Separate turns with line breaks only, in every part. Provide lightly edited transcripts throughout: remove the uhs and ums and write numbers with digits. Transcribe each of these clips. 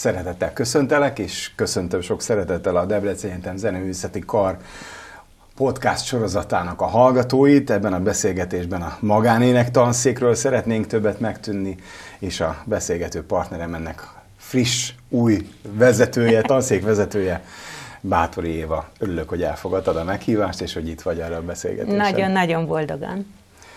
szeretettel köszöntelek, és köszöntöm sok szeretettel a Debreceni Egyetem Zeneművészeti Kar podcast sorozatának a hallgatóit. Ebben a beszélgetésben a magánének tanszékről szeretnénk többet megtudni, és a beszélgető partnerem ennek friss, új vezetője, tanszék vezetője, Báthori Éva. Örülök, hogy elfogadtad a meghívást, és hogy itt vagy erre a beszélgetésen.
Nagyon-nagyon boldogan.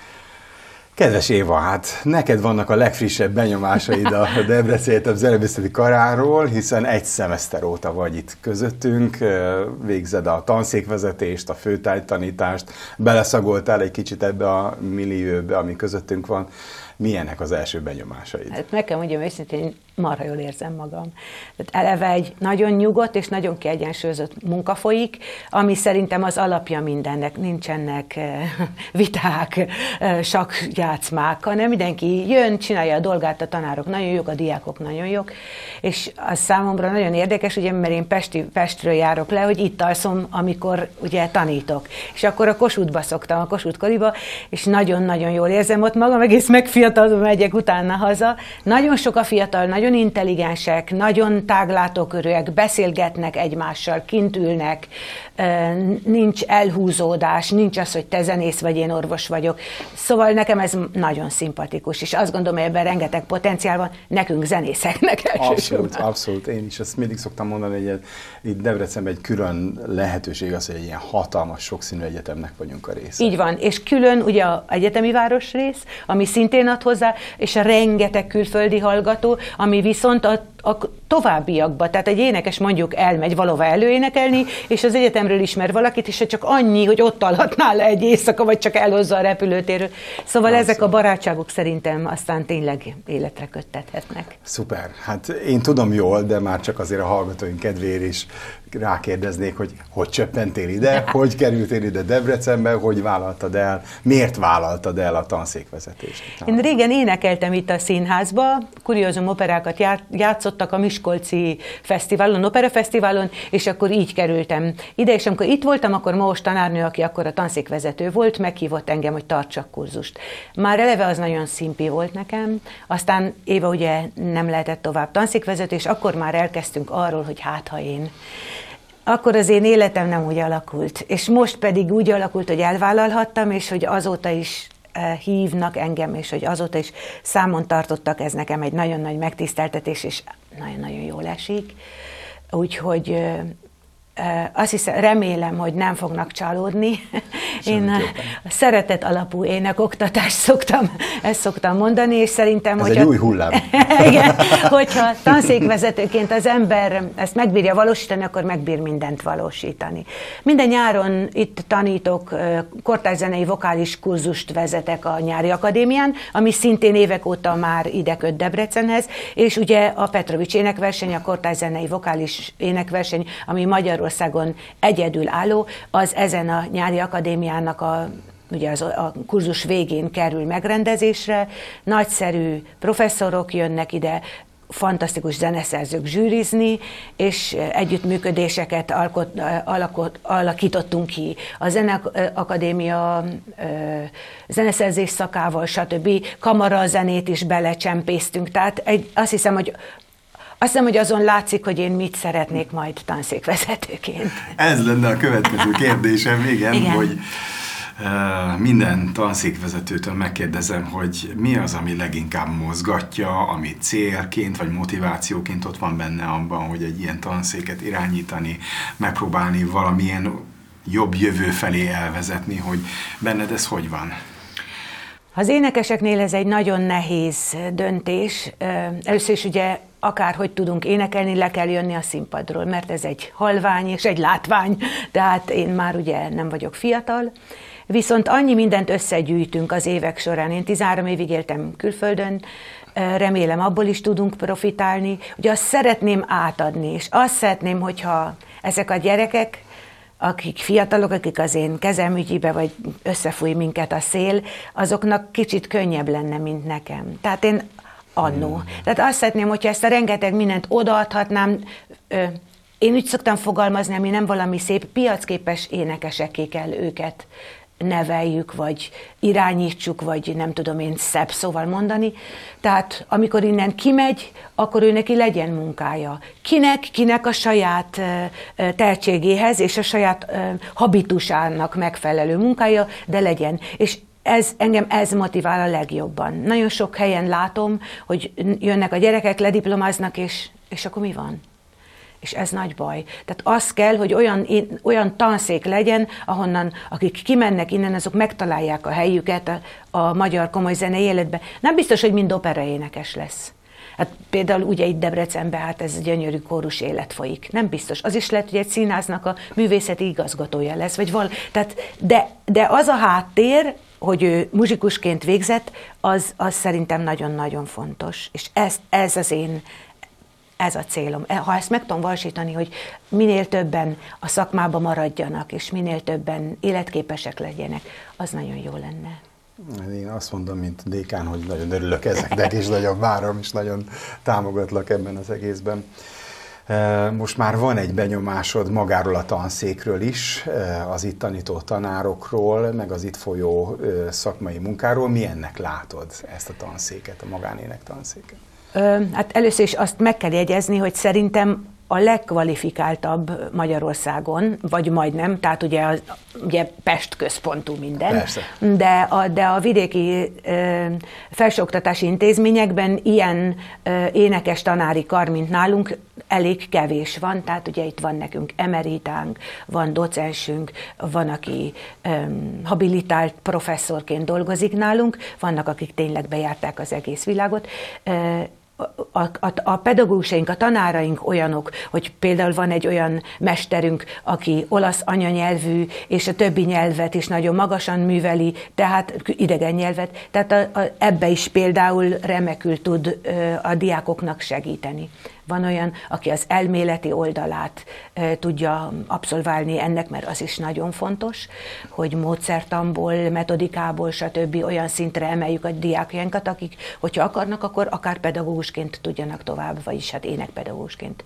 Kedves Éva, hát neked vannak a legfrissebb benyomásaid a Debreceni Egyetem Zeneművészeti Karáról, hiszen egy szemeszter óta vagy itt közöttünk, végzed a tanszékvezetést, a főtárgytanítást, beleszagoltál egy kicsit ebbe a millióbe, ami közöttünk van. Milyenek az első benyomásaid?
Hát meg kell mondjam őszintén, marha jól érzem magam. Tehát eleve egy nagyon nyugodt és nagyon kiegyensúlyozott munka folyik, ami szerintem az alapja mindennek. Nincsenek viták, sakkjátszmák, hanem mindenki jön, csinálja a dolgát, a tanárok nagyon jók, a diákok nagyon jók, és az számomra nagyon érdekes, ugye, mert én Pestről járok le, hogy itt alszom, amikor ugye tanítok. És akkor a Kossuthba szoktam, a Kossuth Koliba, és nagyon-nagyon jól érzem ott magam, egész megfiatalodva megyek utána haza. Nagyon sok a fiatal, nagyon intelligensek, nagyon táglátókörűek, beszélgetnek egymással, kint ülnek, nincs elhúzódás, nincs az, hogy te zenész vagy, én orvos vagyok. Szóval nekem ez nagyon szimpatikus, és azt gondolom, hogy ebben rengeteg potenciál van, nekünk zenészeknek elsősorban.
Abszolút. Én is ezt mindig szoktam mondani, hogy itt Debrecenben egy külön lehetőség az, hogy egy ilyen hatalmas, sokszínű egyetemnek vagyunk a része.
Így van, és külön ugye az egyetemi városrész, ami szintén ad hozzá, és a rengeteg külföldi hallgató, ami viszont a továbbiakban, tehát egy énekes mondjuk elmegy valahova előénekelni, és az egyetemről ismer valakit, és csak annyi, hogy ott alhatnál le egy éjszaka, vagy csak elhozza a repülőtérről. Szóval ezek a barátságok szerintem aztán tényleg életre köttethetnek.
Szuper. Hát én tudom jól, de már csak azért a hallgatóink kedvéért is rákérdeznék, hogy csöppentél ide, hogy kerültél ide Debrecenbe, hogy vállaltad el, miért vállaltad el a tanszékvezetést?
Én régen énekeltem itt a színházba, kuriózum operákat játszottak a Miskolci fesztiválon, operafesztiválon, és akkor így kerültem ide, és amikor itt voltam, akkor Mózs tanárnő, aki akkor a tanszékvezető volt, meghívott engem, hogy tartsak kurzust. Már eleve az nagyon szimpi volt nekem, aztán Éva ugye nem lehetett tovább tanszékvezető, és akkor már elkezdtünk arról, hogy hát ha én. Akkor az én életem nem úgy alakult, és most pedig úgy alakult, hogy elvállalhattam, és hogy azóta is hívnak engem, és hogy azóta is számon tartottak, ez nekem egy nagyon nagy megtiszteltetés, és nagyon-nagyon jól esik. Úgyhogy azt hiszem, remélem, hogy nem fognak csalódni. Én a szeretet alapú énekoktatást ezt szoktam mondani, és szerintem,
ez egy új hullám.
Igen, hogyha tanszékvezetőként az ember ezt megbírja valósítani, akkor megbír mindent valósítani. Minden nyáron itt tanítok, kortárszenei vokális kurzust vezetek a nyári akadémián, ami szintén évek óta már ide köt Debrecenhez, és ugye a Petrovics énekverseny, a kortárszenei vokális énekverseny, ami Magyarországon egyedül álló, az ezen a nyári akadémiának ugye a kurzus végén kerül megrendezésre, nagyszerű professzorok jönnek ide, fantasztikus zeneszerzők zsűrizni, és együttműködéseket alakítottunk ki. A Zeneakadémia zeneszerzés szakával, stb. Kamarazenét is belecsempésztünk, tehát azt hiszem, hogy azon látszik, hogy én mit szeretnék majd tanszékvezetőként.
Ez lenne a következő kérdésem, igen. Hogy minden tanszékvezetőtől megkérdezem, hogy mi az, ami leginkább mozgatja, ami célként vagy motivációként ott van benne abban, hogy egy ilyen tanszéket irányítani, megpróbálni valamilyen jobb jövő felé elvezetni, hogy benned ez hogy van?
Az énekeseknél ez egy nagyon nehéz döntés. Először is ugye akárhogy tudunk énekelni, le kell jönni a színpadról, mert ez egy halvány és egy látvány, tehát én már ugye nem vagyok fiatal, viszont annyi mindent összegyűjtünk az évek során. Én 13 évig éltem külföldön, remélem abból is tudunk profitálni, ugye azt szeretném átadni, és azt szeretném, hogyha ezek a gyerekek, akik fiatalok, akik az én kezemügyébe, vagy összefúj minket a szél, azoknak kicsit könnyebb lenne, mint nekem. Tehát én annó. Tehát azt szeretném, hogyha ezt a rengeteg mindent odaadhatnám, én úgy szoktam fogalmazni, ami nem valami szép, piacképes énekesekké kell őket neveljük, vagy irányítsuk, vagy nem tudom én szebb szóval mondani. Tehát amikor innen kimegy, akkor ő neki legyen munkája. Kinek a saját tehetségéhez és a saját habitusának megfelelő munkája, de legyen. És engem ez motivál a legjobban. Nagyon sok helyen látom, hogy jönnek a gyerekek, lediplomáznak, és akkor mi van? És ez nagy baj. Tehát az kell, hogy olyan tanszék legyen, ahonnan, akik kimennek innen, azok megtalálják a helyüket a magyar komoly zenei életben. Nem biztos, hogy mind operaénekes lesz. Hát például ugye itt Debrecenben, hát ez gyönyörű kórus élet folyik. Nem biztos. Az is lehet, hogy egy színháznak a művészeti igazgatója lesz, vagy tehát, de az a háttér, hogy ő muzsikusként végzett, az szerintem nagyon-nagyon fontos. És ez a célom. Ha ezt meg tudom valósítani, hogy minél többen a szakmába maradjanak, és minél többen életképesek legyenek, az nagyon jó lenne.
Én azt mondom, mint dékán, hogy nagyon örülök ezeknek, és nagyon várom, és nagyon támogatlak ebben az egészben. Most már van egy benyomásod magáról a tanszékről is, az itt tanító tanárokról, meg az itt folyó szakmai munkáról. Milyennek látod ezt a tanszéket, a magánének tanszéket?
Hát először is azt meg kell jegyezni, hogy szerintem a legkvalifikáltabb Magyarországon, vagy majdnem, tehát ugye Pest központú minden, de a vidéki felsőoktatási intézményekben ilyen énekes tanári kar, mint nálunk, elég kevés van, tehát ugye itt van nekünk emeritánk, van docensünk, van, aki habilitált professzorként dolgozik nálunk, vannak, akik tényleg bejárták az egész világot. A pedagógusaink, a tanáraink olyanok, hogy például van egy olyan mesterünk, aki olasz anyanyelvű, és a többi nyelvet is nagyon magasan műveli, tehát idegen nyelvet, tehát ebbe is például remekül tud a diákoknak segíteni. Van olyan, aki az elméleti oldalát tudja abszolválni ennek, mert az is nagyon fontos, hogy módszertanból, metodikából, stb. Olyan szintre emeljük a diákjainkat, akik, hogyha akarnak, akkor akár pedagógusként tudjanak tovább, vagyis hát énekpedagógusként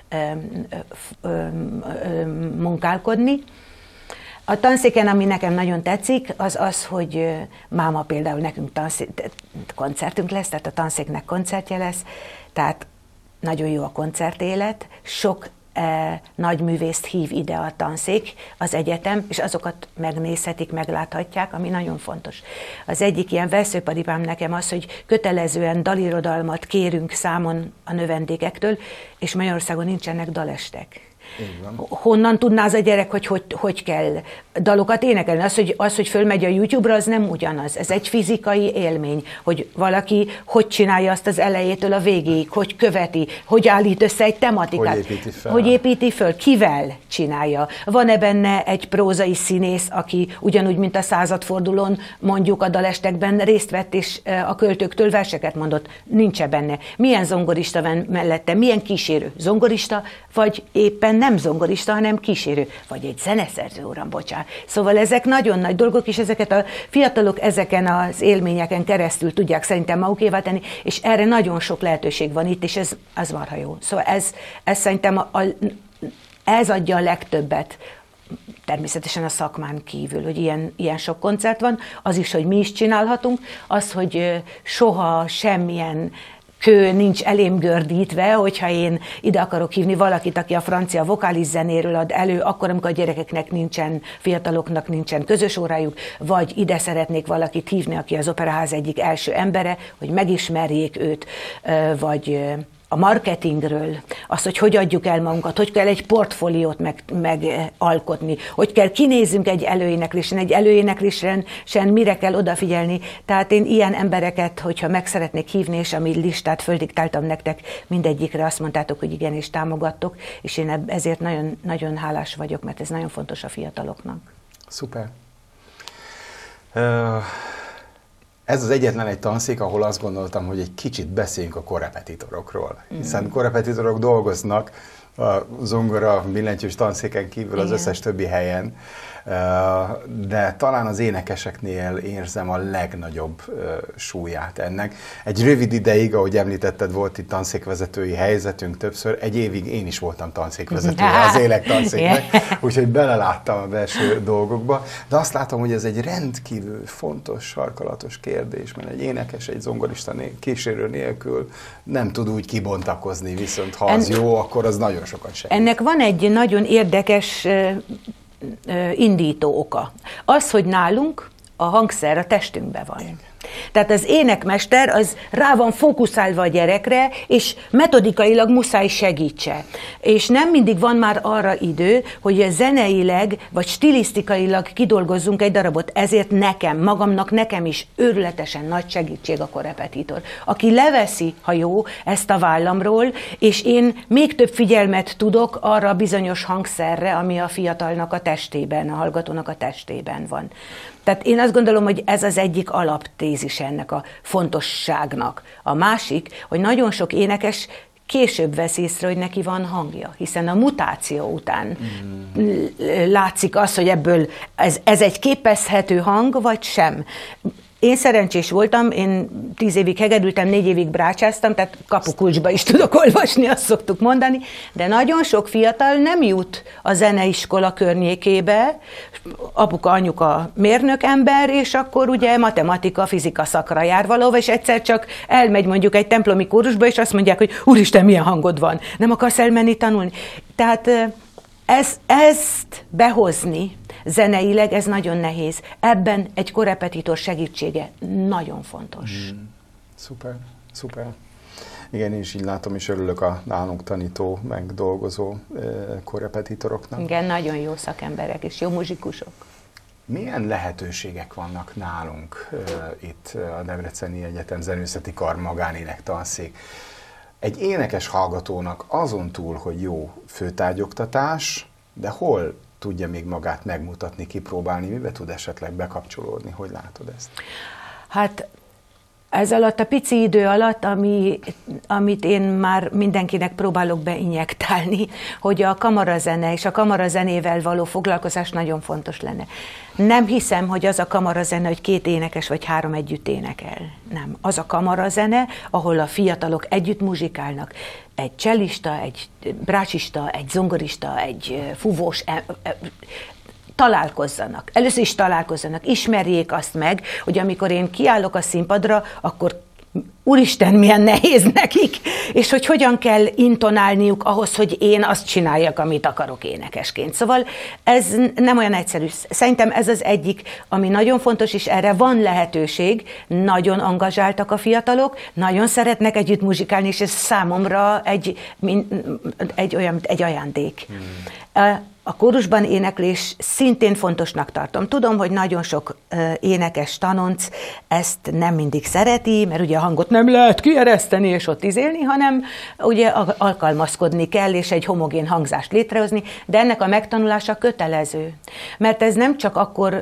munkálkodni. A tanszéken, ami nekem nagyon tetszik, az az, hogy máma például nekünk koncertünk lesz, tehát a tanszéknek koncertje lesz, tehát nagyon jó a koncertélet, sok nagy művészt hív ide a tanszék, az egyetem, és azokat megnézhetik, megláthatják, ami nagyon fontos. Az egyik ilyen verszőparipám nekem az, hogy kötelezően dalirodalmat kérünk számon a növendékektől, és Magyarországon nincsenek dalestek. Honnan tudná az a gyerek, hogy kell dalokat énekelni? Az, hogy fölmegy a YouTube-ra, az nem ugyanaz. Ez egy fizikai élmény, hogy valaki hogy csinálja azt az elejétől a végéig, hogy követi, hogy állít össze egy tematikát. Hogy építi föl, kivel csinálja. Van-e benne egy prózai színész, aki ugyanúgy, mint a századfordulón mondjuk a dalestekben részt vett, és a költőktől verseket mondott? Nincs-e benne. Milyen zongorista van mellette? Milyen kísérő? Zongorista, vagy éppen nem zongorista, hanem kísérő, vagy egy zeneszerző, uram, bocsánat. Szóval ezek nagyon nagy dolgok, és ezeket a fiatalok ezeken az élményeken keresztül tudják szerintem magukévá tenni, és erre nagyon sok lehetőség van itt, és ez marha jó. Szóval ez szerintem ez adja a legtöbbet, természetesen a szakmán kívül, hogy ilyen sok koncert van, az is, hogy mi is csinálhatunk, az, hogy soha semmilyen kő nincs elém gördítve, hogyha én ide akarok hívni valakit, aki a francia vokális zenéről ad elő, akkor, amikor a gyerekeknek nincsen, fiataloknak nincsen közös órájuk, vagy ide szeretnék valakit hívni, aki az Operaház egyik első embere, hogy megismerjék őt, vagy a marketingről, azt, hogy adjuk el magunkat, hogy kell egy portfóliót megalkotni, hogy kell kinézzünk egy előéneklésen mire kell odafigyelni. Tehát én ilyen embereket, hogyha meg szeretnék hívni, és ami listát földiktáltam nektek, mindegyikre azt mondtátok, hogy igen, és támogattok, és én ezért nagyon, nagyon hálás vagyok, mert ez nagyon fontos a fiataloknak.
Szuper. Ez az egyetlen egy tanszék, ahol azt gondoltam, hogy egy kicsit beszéljünk a korrepetitorokról. Hiszen korrepetitorok dolgoznak a zongora billentyűs tanszéken kívül az összes többi helyen. de talán az énekeseknél érzem a legnagyobb súlyát ennek. Egy rövid ideig, ahogy említetted, volt itt tanszékvezetői helyzetünk többször, egy évig én is voltam tanszékvezetője az énektanszéknek, úgyhogy beleláttam a belső dolgokba, de azt látom, hogy ez egy rendkívül fontos, sarkalatos kérdés, mert egy énekes, egy zongorista kísérő nélkül nem tud úgy kibontakozni, viszont ha az jó, akkor az nagyon sokat segít.
Ennek van egy nagyon érdekes indító oka. Az, hogy nálunk a hangszer a testünkben van. Igen. Tehát az énekmester az rá van fókuszálva a gyerekre, és metodikailag muszáj segítse. És nem mindig van már arra idő, hogy zeneileg vagy stilisztikailag kidolgozzunk egy darabot. Ezért nekem is őrületesen nagy segítség a korrepetitor, aki leveszi, ha jó, ezt a vállamról, és én még több figyelmet tudok arra a bizonyos hangszerre, ami a fiatalnak a testében, a hallgatónak a testében van. Tehát én azt gondolom, hogy ez az egyik alaptézis ennek a fontosságnak. A másik, hogy nagyon sok énekes később vesz észre, hogy neki van hangja, hiszen a mutáció után látszik az, hogy ebből ez egy képezhető hang, vagy sem. Én szerencsés voltam, én 10 évig hegedültem, 4 évig brácsáztam, tehát kapukulcsba is tudok olvasni, azt szoktuk mondani, de nagyon sok fiatal nem jut a zeneiskola környékébe, apuka, anyuka mérnök ember, és akkor ugye matematika, fizika szakra jár valahova, és egyszer csak elmegy mondjuk egy templomi kórusba, és azt mondják, hogy úristen, milyen hangod van, nem akarsz elmenni tanulni? Tehát ezt behozni zeneileg, ez nagyon nehéz. Ebben egy korrepetitor segítsége nagyon fontos.
Szuper, szuper. Igen, én is így látom, és örülök a nálunk tanító, meg dolgozó korrepetitoroknak.
Igen, nagyon jó szakemberek és jó muzsikusok.
Milyen lehetőségek vannak nálunk itt a Debreceni Egyetem Zenészeti Kar magánénektanszék? Egy énekes hallgatónak azon túl, hogy jó főtárgyoktatás, de hol tudja még magát megmutatni, kipróbálni, mibe tud esetleg bekapcsolódni? Hogy látod ezt?
Hát ez alatt a pici idő alatt, amit én már mindenkinek próbálok beinjektálni, hogy a kamarazene és a kamarazenével való foglalkozás nagyon fontos lenne. Nem hiszem, hogy az a kamarazene, hogy 2 énekes vagy 3 együtt énekel. Nem. Az a kamarazene, ahol a fiatalok együtt muzsikálnak. Egy csellista, egy brácsista, egy zongorista, egy fúvós, találkozzanak. Először is találkozzanak, ismerjék azt meg, hogy amikor én kiállok a színpadra, akkor úristen, milyen nehéz nekik, és hogy hogyan kell intonálniuk ahhoz, hogy én azt csináljak, amit akarok énekesként. Szóval ez nem olyan egyszerű. Szerintem ez az egyik, ami nagyon fontos, és erre van lehetőség. Nagyon angazsáltak a fiatalok, nagyon szeretnek együtt muzsikálni, és ez számomra egy ajándék. A kórusban éneklés szintén fontosnak tartom. Tudom, hogy nagyon sok énekes tanonc ezt nem mindig szereti, mert ugye a hangot nem lehet kiereszteni és ott izélni, hanem ugye alkalmazkodni kell, és egy homogén hangzást létrehozni, de ennek a megtanulása kötelező. Mert ez nem csak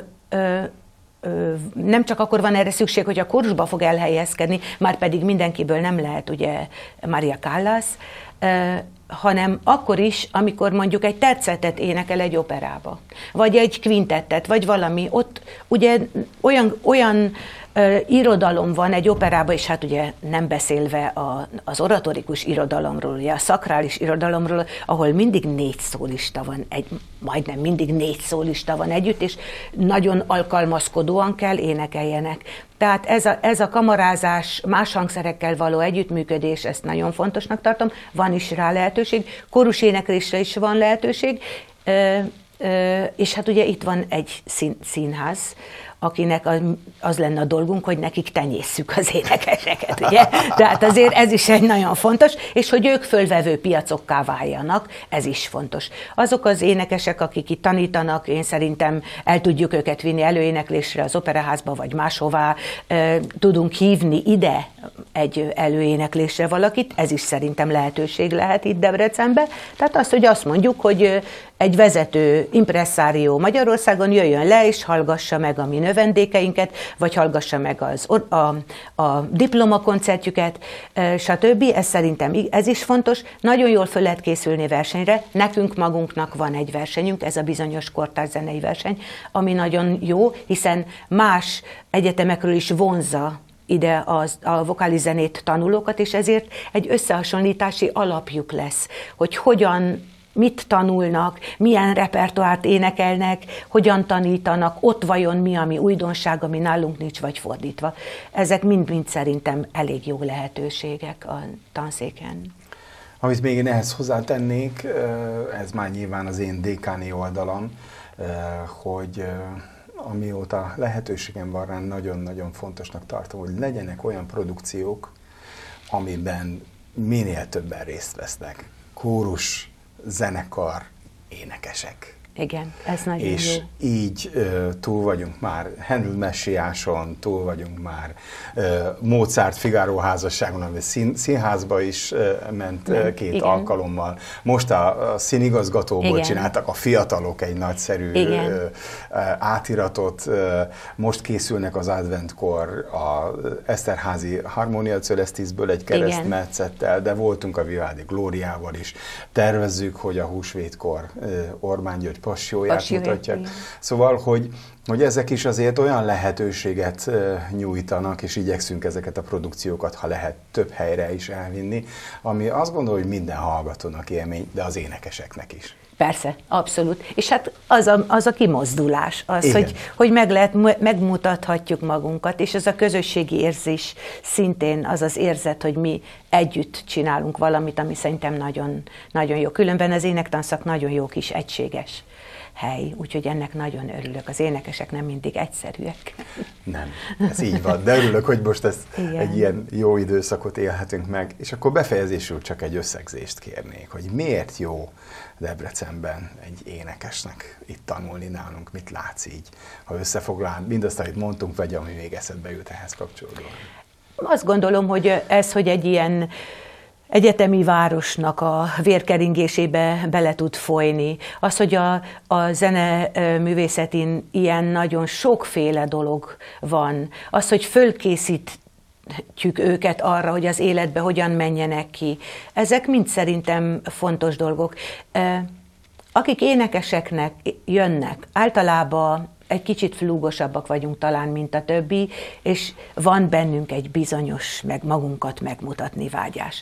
akkor van erre szükség, hogy a kórusba fog elhelyezkedni, már pedig mindenkiből nem lehet ugye Maria Callas, hanem akkor is, amikor mondjuk egy tercetet énekel egy operába, vagy egy kvintettet, vagy valami. Ott ugye olyan irodalom van egy operában, és hát ugye nem beszélve az oratorikus irodalomról, ugye a szakrális irodalomról, ahol mindig 4 szólista van, majdnem mindig 4 szólista van együtt, és nagyon alkalmazkodóan kell énekeljenek. Tehát ez a kamarázás, más hangszerekkel való együttműködés, ezt nagyon fontosnak tartom, van is rá lehetőség, kórus éneklésre is van lehetőség, és hát ugye itt van egy színház, akinek az lenne a dolgunk, hogy nekik tenyésszük az énekeseket, ugye? Tehát azért ez is egy nagyon fontos, és hogy ők fölvevő piacokká váljanak, ez is fontos. Azok az énekesek, akik itt tanítanak, én szerintem el tudjuk őket vinni előéneklésre az operaházba, vagy máshová, tudunk hívni ide egy előéneklésre valakit, ez is szerintem lehetőség lehet itt Debrecenben. Tehát az, hogy azt mondjuk, hogy egy vezető impresszárió Magyarországon jöjjön le, és hallgassa meg a mi növendékeinket, vagy hallgassa meg a diplomakoncertjüket, stb. Ez szerintem ez is fontos. Nagyon jól föl lehet készülni versenyre. Nekünk magunknak van egy versenyünk, ez a bizonyos kortárs zenei verseny, ami nagyon jó, hiszen más egyetemekről is vonzza ide a vokális zenét tanulókat, és ezért egy összehasonlítási alapjuk lesz, hogy mit tanulnak, milyen repertoárt énekelnek, hogyan tanítanak, ott vajon mi, ami újdonság, ami nálunk nincs, vagy fordítva. Ezek mind-mind szerintem elég jó lehetőségek a tanszéken.
Amit még én ehhez hozzátennék, ez már nyilván az én dékáni oldalam, hogy amióta lehetőségem van rá, nagyon-nagyon fontosnak tartom, hogy legyenek olyan produkciók, amiben minél többen részt vesznek. Kórus, zenekar, énekesek.
Igen, ez nagyon
és
jó.
így túl vagyunk már Handel Messiáson, túl vagyunk már Mozart Figaro házasságon, ami színházba is ment két alkalommal. Most a színigazgatóból csináltak a fiatalok egy nagyszerű átiratot, most készülnek az adventkor a Eszterházi Harmonia Celestisből egy keresztmetszettel, de voltunk a Vivaldi Glóriával is. Tervezzük, hogy a húsvétkor Orbán György passióját mutatják. Szóval, hogy ezek is azért olyan lehetőséget nyújtanak, és igyekszünk ezeket a produkciókat, ha lehet, több helyre is elvinni, ami azt gondolom, hogy minden hallgatónak élmény, de az énekeseknek is.
Persze, abszolút. És hát az a kimozdulás, az, hogy megmutathatjuk magunkat, és ez a közösségi érzés szintén az az érzet, hogy mi együtt csinálunk valamit, ami szerintem nagyon, nagyon jó. Különben az énektanszak nagyon jó kis egységes hely, úgyhogy ennek nagyon örülök. Az énekesek nem mindig egyszerűek.
Nem, ez így van, de örülök, hogy most egy ilyen jó időszakot élhetünk meg, és akkor befejezésül csak egy összegzést kérnék, hogy miért jó Debrecenben egy énekesnek itt tanulni nálunk, mit látsz így, ha összefoglal mindazt, amit mondtunk, vagy ami még eszedbe jut ehhez kapcsolódóan.
Azt gondolom, hogy ez, hogy egy ilyen egyetemi városnak a vérkeringésébe bele tud folyni. Az, hogy a zeneművészetén ilyen nagyon sokféle dolog van. Az, hogy fölkészítjük őket arra, hogy az életbe hogyan menjenek ki. Ezek mind szerintem fontos dolgok. Akik énekeseknek jönnek, általában egy kicsit flúgosabbak vagyunk talán, mint a többi, és van bennünk egy bizonyos magunkat megmutatni vágyás.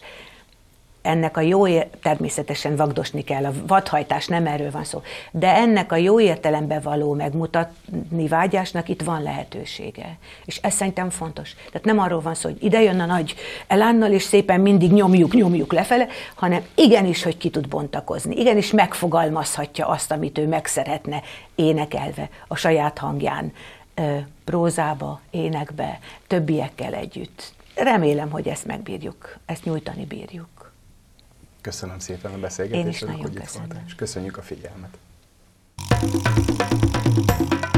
Ennek a természetesen vagdosni kell, a vadhajtás, nem erről van szó, de ennek a jó értelemben való megmutatni vágyásnak itt van lehetősége. És ez szerintem fontos. Tehát nem arról van szó, hogy ide jön a nagy elánnal, és szépen mindig nyomjuk lefele, hanem igenis, hogy ki tud bontakozni. Igenis megfogalmazhatja azt, amit ő meg szeretne énekelve a saját hangján, prózába, énekbe, többiekkel együtt. Remélem, hogy ezt megbírjuk, ezt nyújtani bírjuk.
Köszönöm szépen a beszélgetést.
Én is nagyon köszönöm.
És köszönjük a figyelmet.